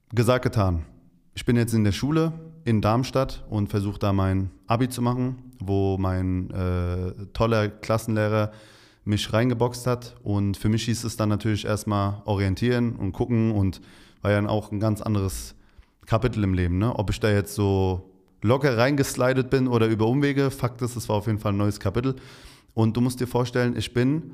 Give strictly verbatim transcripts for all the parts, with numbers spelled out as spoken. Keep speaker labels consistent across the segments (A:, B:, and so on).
A: Gesagt, getan. Ich bin jetzt in der Schule in Darmstadt und versuche da mein Abi zu machen, wo mein äh, toller Klassenlehrer mich reingeboxt hat. Und für mich hieß es dann natürlich erstmal orientieren und gucken und war ja dann auch ein ganz anderes Kapitel im Leben. Ne? Ob ich da jetzt so locker reingeslidet bin oder über Umwege, Fakt ist, es war auf jeden Fall ein neues Kapitel. Und du musst dir vorstellen, ich bin,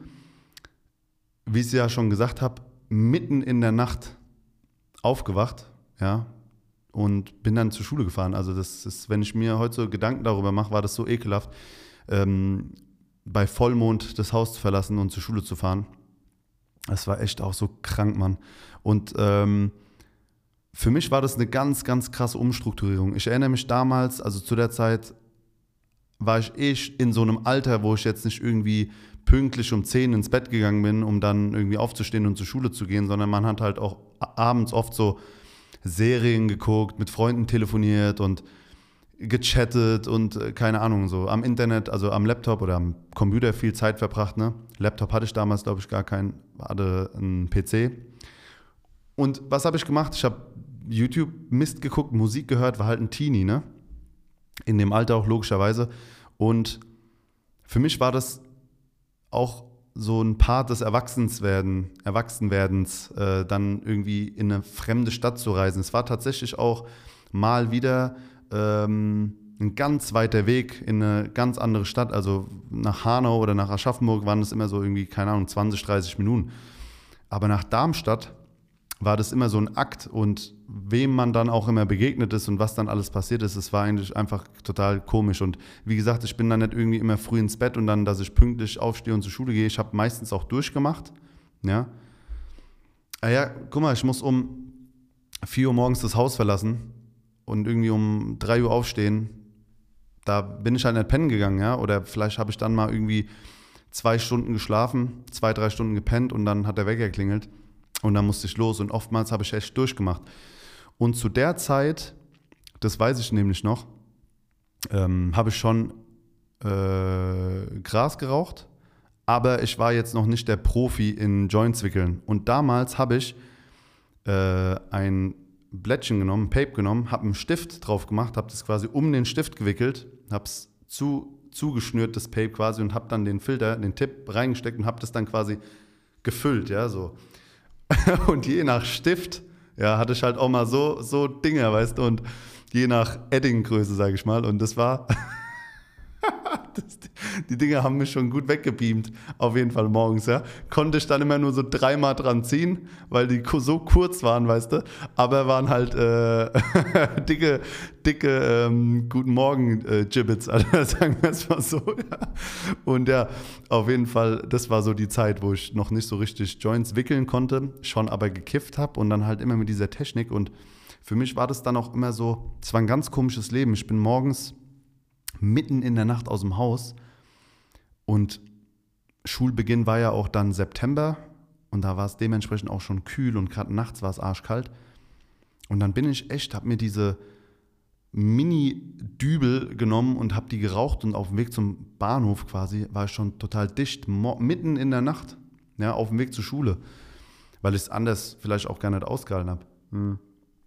A: wie ich es ja schon gesagt habe, mitten in der Nacht aufgewacht, ja, und bin dann zur Schule gefahren. Also das ist, wenn ich mir heute so Gedanken darüber mache, war das so ekelhaft, ähm, bei Vollmond das Haus zu verlassen und zur Schule zu fahren. Das war echt auch so krank, Mann. Und ähm, für mich war das eine ganz, ganz krasse Umstrukturierung. Ich erinnere mich damals, also zu der Zeit war ich eh in so einem Alter, wo ich jetzt nicht irgendwie pünktlich um zehn ins Bett gegangen bin, um dann irgendwie aufzustehen und zur Schule zu gehen, sondern man hat halt auch abends oft so Serien geguckt, mit Freunden telefoniert und gechattet und äh, keine Ahnung, so am Internet, also am Laptop oder am Computer viel Zeit verbracht. Ne? Laptop hatte ich damals, glaube ich, gar keinen, hatte einen P C. Und was habe ich gemacht? Ich habe YouTube Mist geguckt, Musik gehört, war halt ein Teenie, ne? In dem Alter auch logischerweise. Und für mich war das auch so ein Part des Erwachsenswerden, Erwachsenwerdens, äh, dann irgendwie in eine fremde Stadt zu reisen. Es war tatsächlich auch mal wieder ähm, ein ganz weiter Weg in eine ganz andere Stadt. Also nach Hanau oder nach Aschaffenburg waren es immer so irgendwie, keine Ahnung, zwanzig, dreißig Minuten. Aber nach Darmstadt war das immer so ein Akt und wem man dann auch immer begegnet ist und was dann alles passiert ist, es war eigentlich einfach total komisch. Und wie gesagt, ich bin dann nicht irgendwie immer früh ins Bett und dann, dass ich pünktlich aufstehe und zur Schule gehe. Ich habe meistens auch durchgemacht. Ja. Ah ja, guck mal, ich muss um vier Uhr morgens das Haus verlassen und irgendwie um drei Uhr aufstehen. Da bin ich halt nicht pennen gegangen, ja. Oder vielleicht habe ich dann mal irgendwie zwei Stunden geschlafen, zwei, drei Stunden gepennt und dann hat der Wecker geklingelt. Und dann musste ich los und oftmals habe ich echt durchgemacht. Und zu der Zeit, das weiß ich nämlich noch, ähm, habe ich schon äh, Gras geraucht, aber ich war jetzt noch nicht der Profi in Joints wickeln. Und damals habe ich äh, ein Blättchen genommen, ein Pape genommen, habe einen Stift drauf gemacht, habe das quasi um den Stift gewickelt, habe es zu, zugeschnürt, das Pape quasi, und habe dann den Filter, den Tipp reingesteckt und habe das dann quasi gefüllt, ja, so. Und je nach Stift, ja, hatte ich halt auch mal so, so Dinger, weißt du, und je nach Eddinggröße, sage ich mal. Und das war, das, die Dinger haben mich schon gut weggebeamt, auf jeden Fall morgens, ja. Konnte ich dann immer nur so dreimal dran ziehen, weil die so kurz waren, weißt du, aber waren halt äh, dicke, dicke ähm, Guten Morgen äh, Gibbets, also sagen wir es mal so, ja. Und ja, auf jeden Fall, das war so die Zeit, wo ich noch nicht so richtig Joints wickeln konnte, schon aber gekifft habe und dann halt immer mit dieser Technik. Und für mich war das dann auch immer so, es war ein ganz komisches Leben. Ich bin morgens mitten in der Nacht aus dem Haus und Schulbeginn war ja auch dann September und da war es dementsprechend auch schon kühl und gerade nachts war es arschkalt. Und dann bin ich echt, habe mir diese Mini-Dübel genommen und habe die geraucht und auf dem Weg zum Bahnhof quasi war ich schon total dicht, mo- mitten in der Nacht, ja, auf dem Weg zur Schule, weil ich es anders vielleicht auch gar nicht ausgehalten habe. Mhm.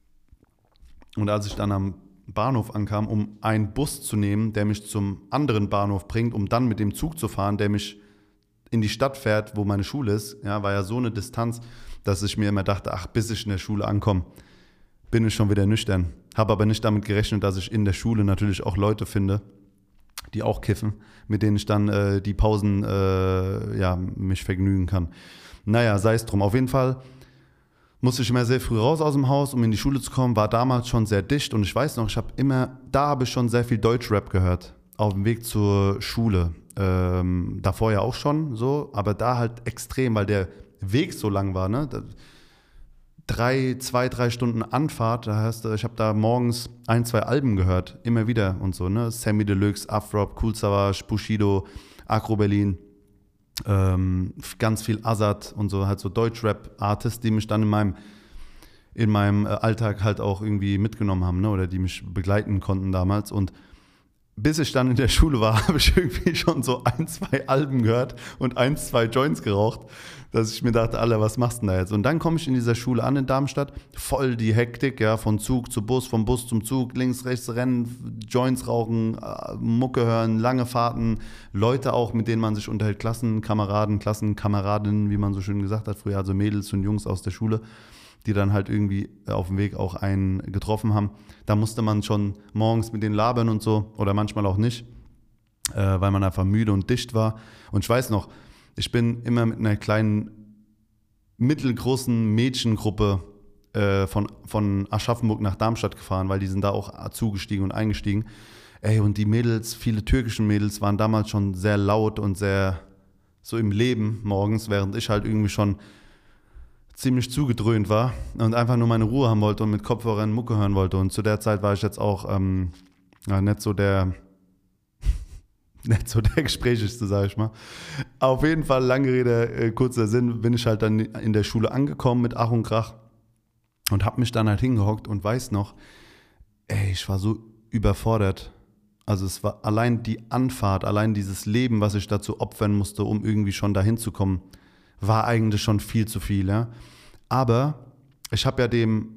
A: Und als ich dann am Bahnhof ankam, um einen Bus zu nehmen, der mich zum anderen Bahnhof bringt, um dann mit dem Zug zu fahren, der mich in die Stadt fährt, wo meine Schule ist, ja, war ja so eine Distanz, dass ich mir immer dachte, ach, bis ich in der Schule ankomme, bin ich schon wieder nüchtern. Habe aber nicht damit gerechnet, dass ich in der Schule natürlich auch Leute finde, die auch kiffen, mit denen ich dann äh, die Pausen äh, ja, mich vergnügen kann. Naja, sei es drum. Auf jeden Fall musste ich immer sehr früh raus aus dem Haus, um in die Schule zu kommen, war damals schon sehr dicht und ich weiß noch, ich habe immer, da habe ich schon sehr viel Deutschrap gehört, auf dem Weg zur Schule. Ähm, davor ja auch schon so, aber da halt extrem, weil der Weg so lang war, ne? Da, drei, zwei, drei Stunden Anfahrt, da hast du, ich habe da morgens ein, zwei Alben gehört, immer wieder und so, ne? Sammy Deluxe, Afrop, Kool Savas, Bushido, Agro Berlin. Ähm, ganz viel Azad und so, halt so Deutschrap-Artists, die mich dann in meinem, in meinem Alltag halt auch irgendwie mitgenommen haben, ne? Oder die mich begleiten konnten damals. Und bis ich dann in der Schule war, habe ich irgendwie schon so ein, zwei Alben gehört und ein, zwei Joints geraucht, dass ich mir dachte, Alter, was machst du denn da jetzt? Und dann komme ich in dieser Schule an in Darmstadt, voll die Hektik, ja, von Zug zu Bus, vom Bus zum Zug, links, rechts rennen, Joints rauchen, Mucke hören, lange Fahrten, Leute auch, mit denen man sich unterhält, Klassenkameraden, Klassenkameradinnen, wie man so schön gesagt hat früher, also Mädels und Jungs aus der Schule, die dann halt irgendwie auf dem Weg auch einen getroffen haben. Da musste man schon morgens mit denen labern und so oder manchmal auch nicht, äh, weil man einfach müde und dicht war. Und ich weiß noch, ich bin immer mit einer kleinen, mittelgroßen Mädchengruppe äh, von, von Aschaffenburg nach Darmstadt gefahren, weil die sind da auch zugestiegen und eingestiegen. Ey, und die Mädels, viele türkische Mädels waren damals schon sehr laut und sehr so im Leben morgens, während ich halt irgendwie schon ziemlich zugedröhnt war und einfach nur meine Ruhe haben wollte und mit Kopfhörern Mucke hören wollte. Und zu der Zeit war ich jetzt auch ähm, ja, nicht so der nicht so der Gesprächigste, sag ich mal. Auf jeden Fall, lange Rede, äh, kurzer Sinn, bin ich halt dann in der Schule angekommen mit Ach und Krach und hab mich dann halt hingehockt und weiß noch, ey, ich war so überfordert. Also es war allein die Anfahrt, allein dieses Leben, was ich dazu opfern musste, um irgendwie schon dahin zu kommen, war eigentlich schon viel zu viel, ja. Aber ich habe ja dem,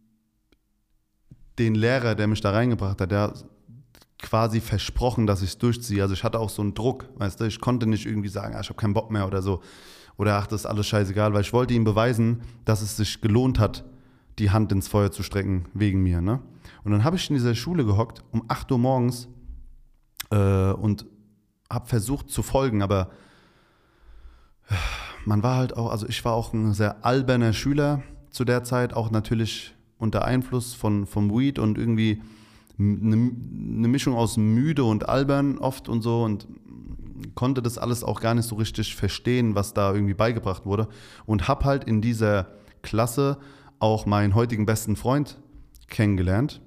A: den Lehrer, der mich da reingebracht hat, der quasi versprochen, dass ich es durchziehe. Also ich hatte auch so einen Druck, weißt du, ich konnte nicht irgendwie sagen, ah, ich habe keinen Bock mehr oder so. Oder ach, das ist alles scheißegal, weil ich wollte ihm beweisen, dass es sich gelohnt hat, die Hand ins Feuer zu strecken wegen mir, ne. Und dann habe ich in dieser Schule gehockt, um acht Uhr morgens äh, und habe versucht zu folgen, aber man war halt auch, also ich war auch ein sehr alberner Schüler zu der Zeit, auch natürlich unter Einfluss von, vom Weed und irgendwie eine, eine Mischung aus müde und albern oft und so und konnte das alles auch gar nicht so richtig verstehen, was da irgendwie beigebracht wurde und habe halt in dieser Klasse auch meinen heutigen besten Freund kennengelernt,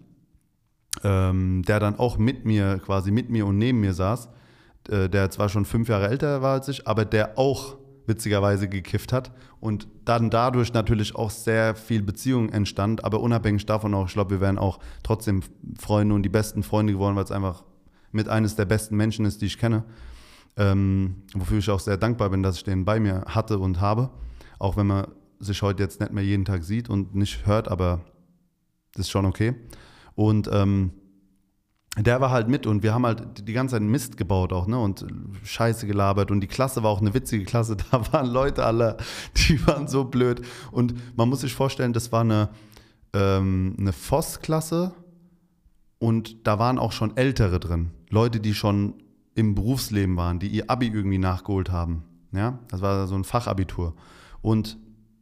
A: ähm, der dann auch mit mir, quasi mit mir und neben mir saß, äh, der zwar schon fünf Jahre älter war als ich, aber der auch witzigerweise gekifft hat und dann dadurch natürlich auch sehr viel Beziehung entstand, aber unabhängig davon auch, ich glaube, wir wären auch trotzdem Freunde und die besten Freunde geworden, weil es einfach mit eines der besten Menschen ist, die ich kenne, ähm, wofür ich auch sehr dankbar bin, dass ich den bei mir hatte und habe, auch wenn man sich heute jetzt nicht mehr jeden Tag sieht und nicht hört, aber das ist schon okay. Und ähm, der war halt mit und wir haben halt die ganze Zeit Mist gebaut auch, ne, und Scheiße gelabert und die Klasse war auch eine witzige Klasse, da waren Leute alle, die waren so blöd und man muss sich vorstellen, das war eine, ähm, eine Voss-Klasse und da waren auch schon Ältere drin, Leute, die schon im Berufsleben waren, die ihr Abi irgendwie nachgeholt haben, ja, das war so ein Fachabitur und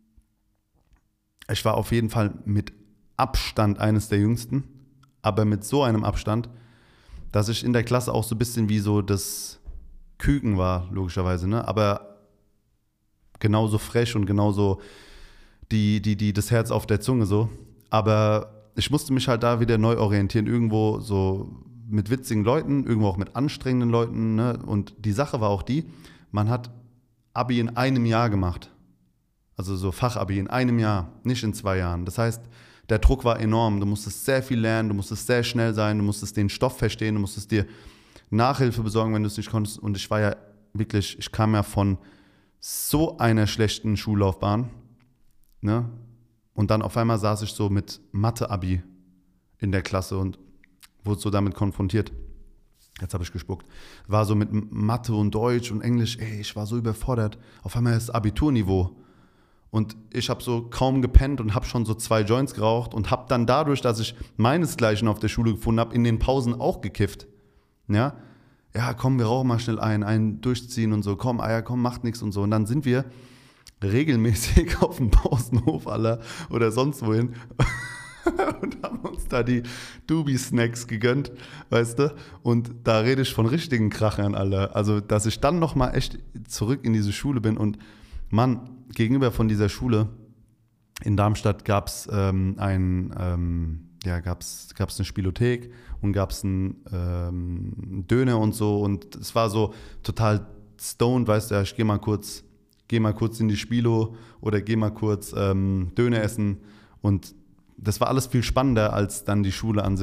A: ich war auf jeden Fall mit Abstand eines der Jüngsten, aber mit so einem Abstand, dass ich in der Klasse auch so ein bisschen wie so das Küken war, logischerweise, ne? Aber genauso frech und genauso die, die, die, das Herz auf der Zunge so. Aber ich musste mich halt da wieder neu orientieren, irgendwo so mit witzigen Leuten, irgendwo auch mit anstrengenden Leuten, ne? Und die Sache war auch die, man hat Abi in einem Jahr gemacht. Also so Fachabi in einem Jahr, nicht in zwei Jahren. Das heißt, der Druck war enorm. Du musstest sehr viel lernen, du musstest sehr schnell sein, du musstest den Stoff verstehen, du musstest dir Nachhilfe besorgen, wenn du es nicht konntest. Und ich war ja wirklich, ich kam ja von so einer schlechten Schullaufbahn, ne? Und dann auf einmal saß ich so mit Mathe-Abi in der Klasse und wurde so damit konfrontiert. Jetzt habe ich gespuckt. War so mit Mathe und Deutsch und Englisch, ey, ich war so überfordert. Auf einmal ist Abiturniveau. Und ich habe so kaum gepennt und habe schon so zwei Joints geraucht und habe dann dadurch, dass ich meinesgleichen auf der Schule gefunden habe, in den Pausen auch gekifft. Ja, ja, komm, wir rauchen mal schnell ein, einen durchziehen und so, komm, ah ja, komm, macht nichts und so. Und dann sind wir regelmäßig auf dem Pausenhof aller oder sonst wohin und haben uns da die Doobie-Snacks gegönnt, weißt du? Und da rede ich von richtigen Krachern, Alter. Also, dass ich dann nochmal echt zurück in diese Schule bin und Mann, gegenüber von dieser Schule in Darmstadt gab es ähm, ein, ähm, ja, gab's, gab's eine Spielothek und gab es einen ähm, Döner und so und es war so total stoned, weißt du, ja, ich geh mal kurz, geh mal kurz in die Spilo oder geh mal kurz ähm, Döner essen und das war alles viel spannender als dann die Schule an sich.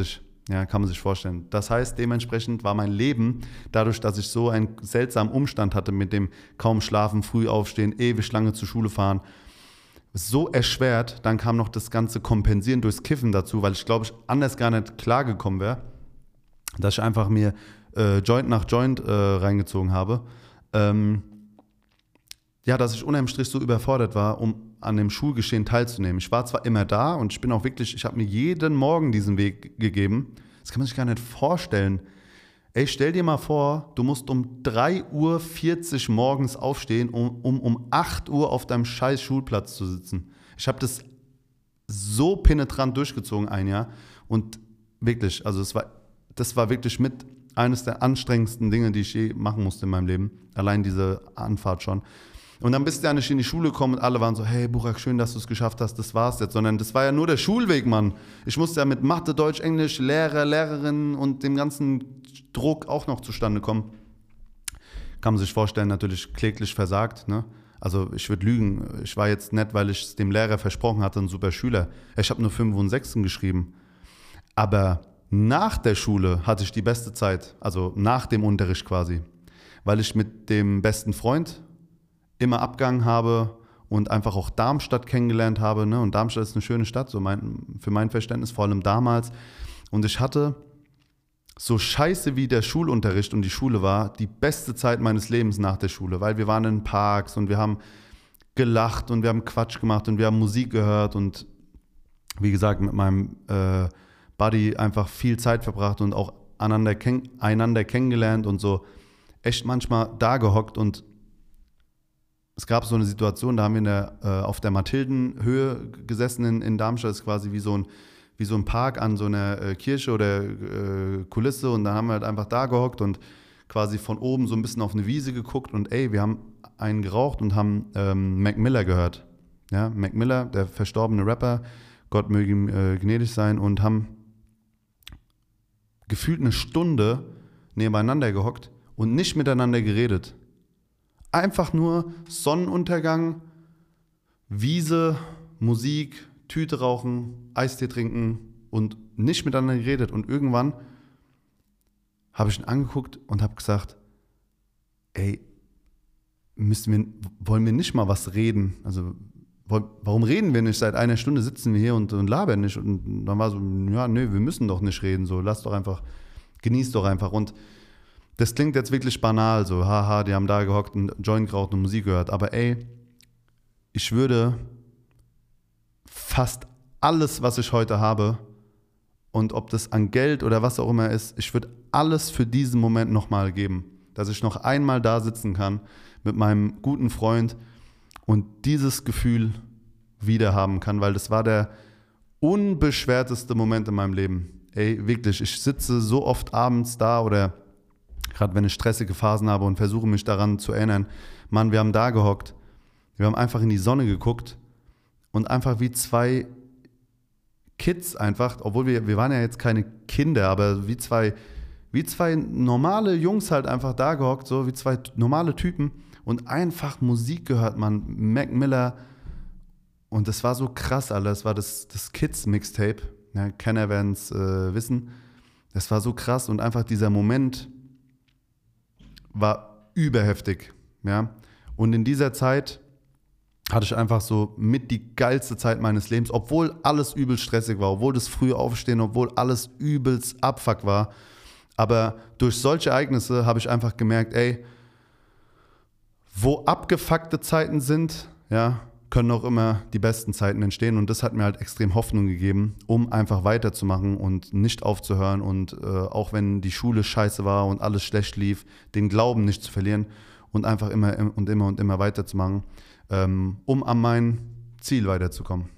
A: Ja, kann man sich vorstellen. Das heißt, dementsprechend war mein Leben, dadurch, dass ich so einen seltsamen Umstand hatte mit dem kaum schlafen, früh aufstehen, ewig lange zur Schule fahren, so erschwert. Dann kam noch das ganze Kompensieren durchs Kiffen dazu, weil ich glaube, ich anders gar nicht klargekommen wäre, dass ich einfach mir äh, Joint nach Joint äh, reingezogen habe. Ähm, ja, dass ich unterm Strich so überfordert war, um an dem Schulgeschehen teilzunehmen. Ich war zwar immer da und ich bin auch wirklich, ich habe mir jeden Morgen diesen Weg gegeben. Das kann man sich gar nicht vorstellen. Ey, stell dir mal vor, du musst um drei Uhr vierzig morgens aufstehen, um, um um acht Uhr auf deinem scheiß Schulplatz zu sitzen. Ich habe das so penetrant durchgezogen ein Jahr und wirklich, also es war, das war wirklich mit eines der anstrengendsten Dinge, die ich je machen musste in meinem Leben. Allein diese Anfahrt schon. Und dann bist du ja nicht in die Schule gekommen und alle waren so, hey Burak, schön, dass du es geschafft hast, das war's jetzt. Sondern das war ja nur der Schulweg, Mann. Ich musste ja mit Mathe, Deutsch, Englisch, Lehrer, Lehrerinnen und dem ganzen Druck auch noch zustande kommen. Kann man sich vorstellen, natürlich kläglich versagt. Ne? Also ich würde lügen, ich war jetzt nicht, weil ich es dem Lehrer versprochen hatte, ein super Schüler. Ich habe nur fünf und sechs geschrieben. Aber nach der Schule hatte ich die beste Zeit, also nach dem Unterricht quasi. Weil ich mit dem besten Freund immer abgegangen habe und einfach auch Darmstadt kennengelernt habe. Ne? Und Darmstadt ist eine schöne Stadt, so mein, für mein Verständnis, vor allem damals. Und ich hatte, so scheiße wie der Schulunterricht und die Schule war, die beste Zeit meines Lebens nach der Schule, weil wir waren in Parks und wir haben gelacht und wir haben Quatsch gemacht und wir haben Musik gehört und wie gesagt, mit meinem äh, Buddy einfach viel Zeit verbracht und auch einander, kenn einander kennengelernt und so echt manchmal da gehockt. Und es gab so eine Situation, da haben wir in der, äh, auf der Mathildenhöhe gesessen in, in Darmstadt. Das ist quasi wie so ein, wie so ein Park an so einer äh, Kirche oder äh, Kulisse. Und da haben wir halt einfach da gehockt und quasi von oben so ein bisschen auf eine Wiese geguckt. Und ey, wir haben einen geraucht und haben ähm, Mac Miller gehört. Ja, Mac Miller, der verstorbene Rapper, Gott möge ihm äh, gnädig sein. Und haben gefühlt eine Stunde nebeneinander gehockt und nicht miteinander geredet. Einfach nur Sonnenuntergang, Wiese, Musik, Tüte rauchen, Eistee trinken und nicht miteinander geredet. Und irgendwann habe ich ihn angeguckt und habe gesagt, ey, müssen wir, wollen wir nicht mal was reden? Also warum reden wir nicht? Seit einer Stunde sitzen wir hier und, und labern nicht. Und dann war so, ja, nö, wir müssen doch nicht reden. So, lass doch einfach, genieß doch einfach. Und das klingt jetzt wirklich banal, so, haha, die haben da gehockt und Joint geraucht und Musik gehört. Aber ey, ich würde fast alles, was ich heute habe, und ob das an Geld oder was auch immer ist, ich würde alles für diesen Moment nochmal geben. Dass ich noch einmal da sitzen kann mit meinem guten Freund und dieses Gefühl wieder haben kann, weil das war der unbeschwerteste Moment in meinem Leben. Ey, wirklich, ich sitze so oft abends da oder gerade wenn ich stressige Phasen habe und versuche mich daran zu erinnern, Mann, wir haben da gehockt, wir haben einfach in die Sonne geguckt und einfach wie zwei Kids einfach, obwohl wir, wir waren ja jetzt keine Kinder, aber wie zwei, wie zwei normale Jungs halt einfach da gehockt, so wie zwei normale Typen und einfach Musik gehört, man, Mac Miller, und das war so krass, Alter, das war das, das Kids-Mixtape, ja, keiner werden es äh, wissen, das war so krass und einfach dieser Moment war überheftig, ja. Und in dieser Zeit hatte ich einfach so mit die geilste Zeit meines Lebens, obwohl alles übel stressig war, obwohl das frühe Aufstehen, obwohl alles übelst Abfuck war. Aber durch solche Ereignisse habe ich einfach gemerkt, ey, wo abgefuckte Zeiten sind, ja, können auch immer die besten Zeiten entstehen. Und das hat mir halt extrem Hoffnung gegeben, um einfach weiterzumachen und nicht aufzuhören. Und äh, auch wenn die Schule scheiße war und alles schlecht lief, den Glauben nicht zu verlieren und einfach immer und immer und immer weiterzumachen, ähm, um an mein Ziel weiterzukommen.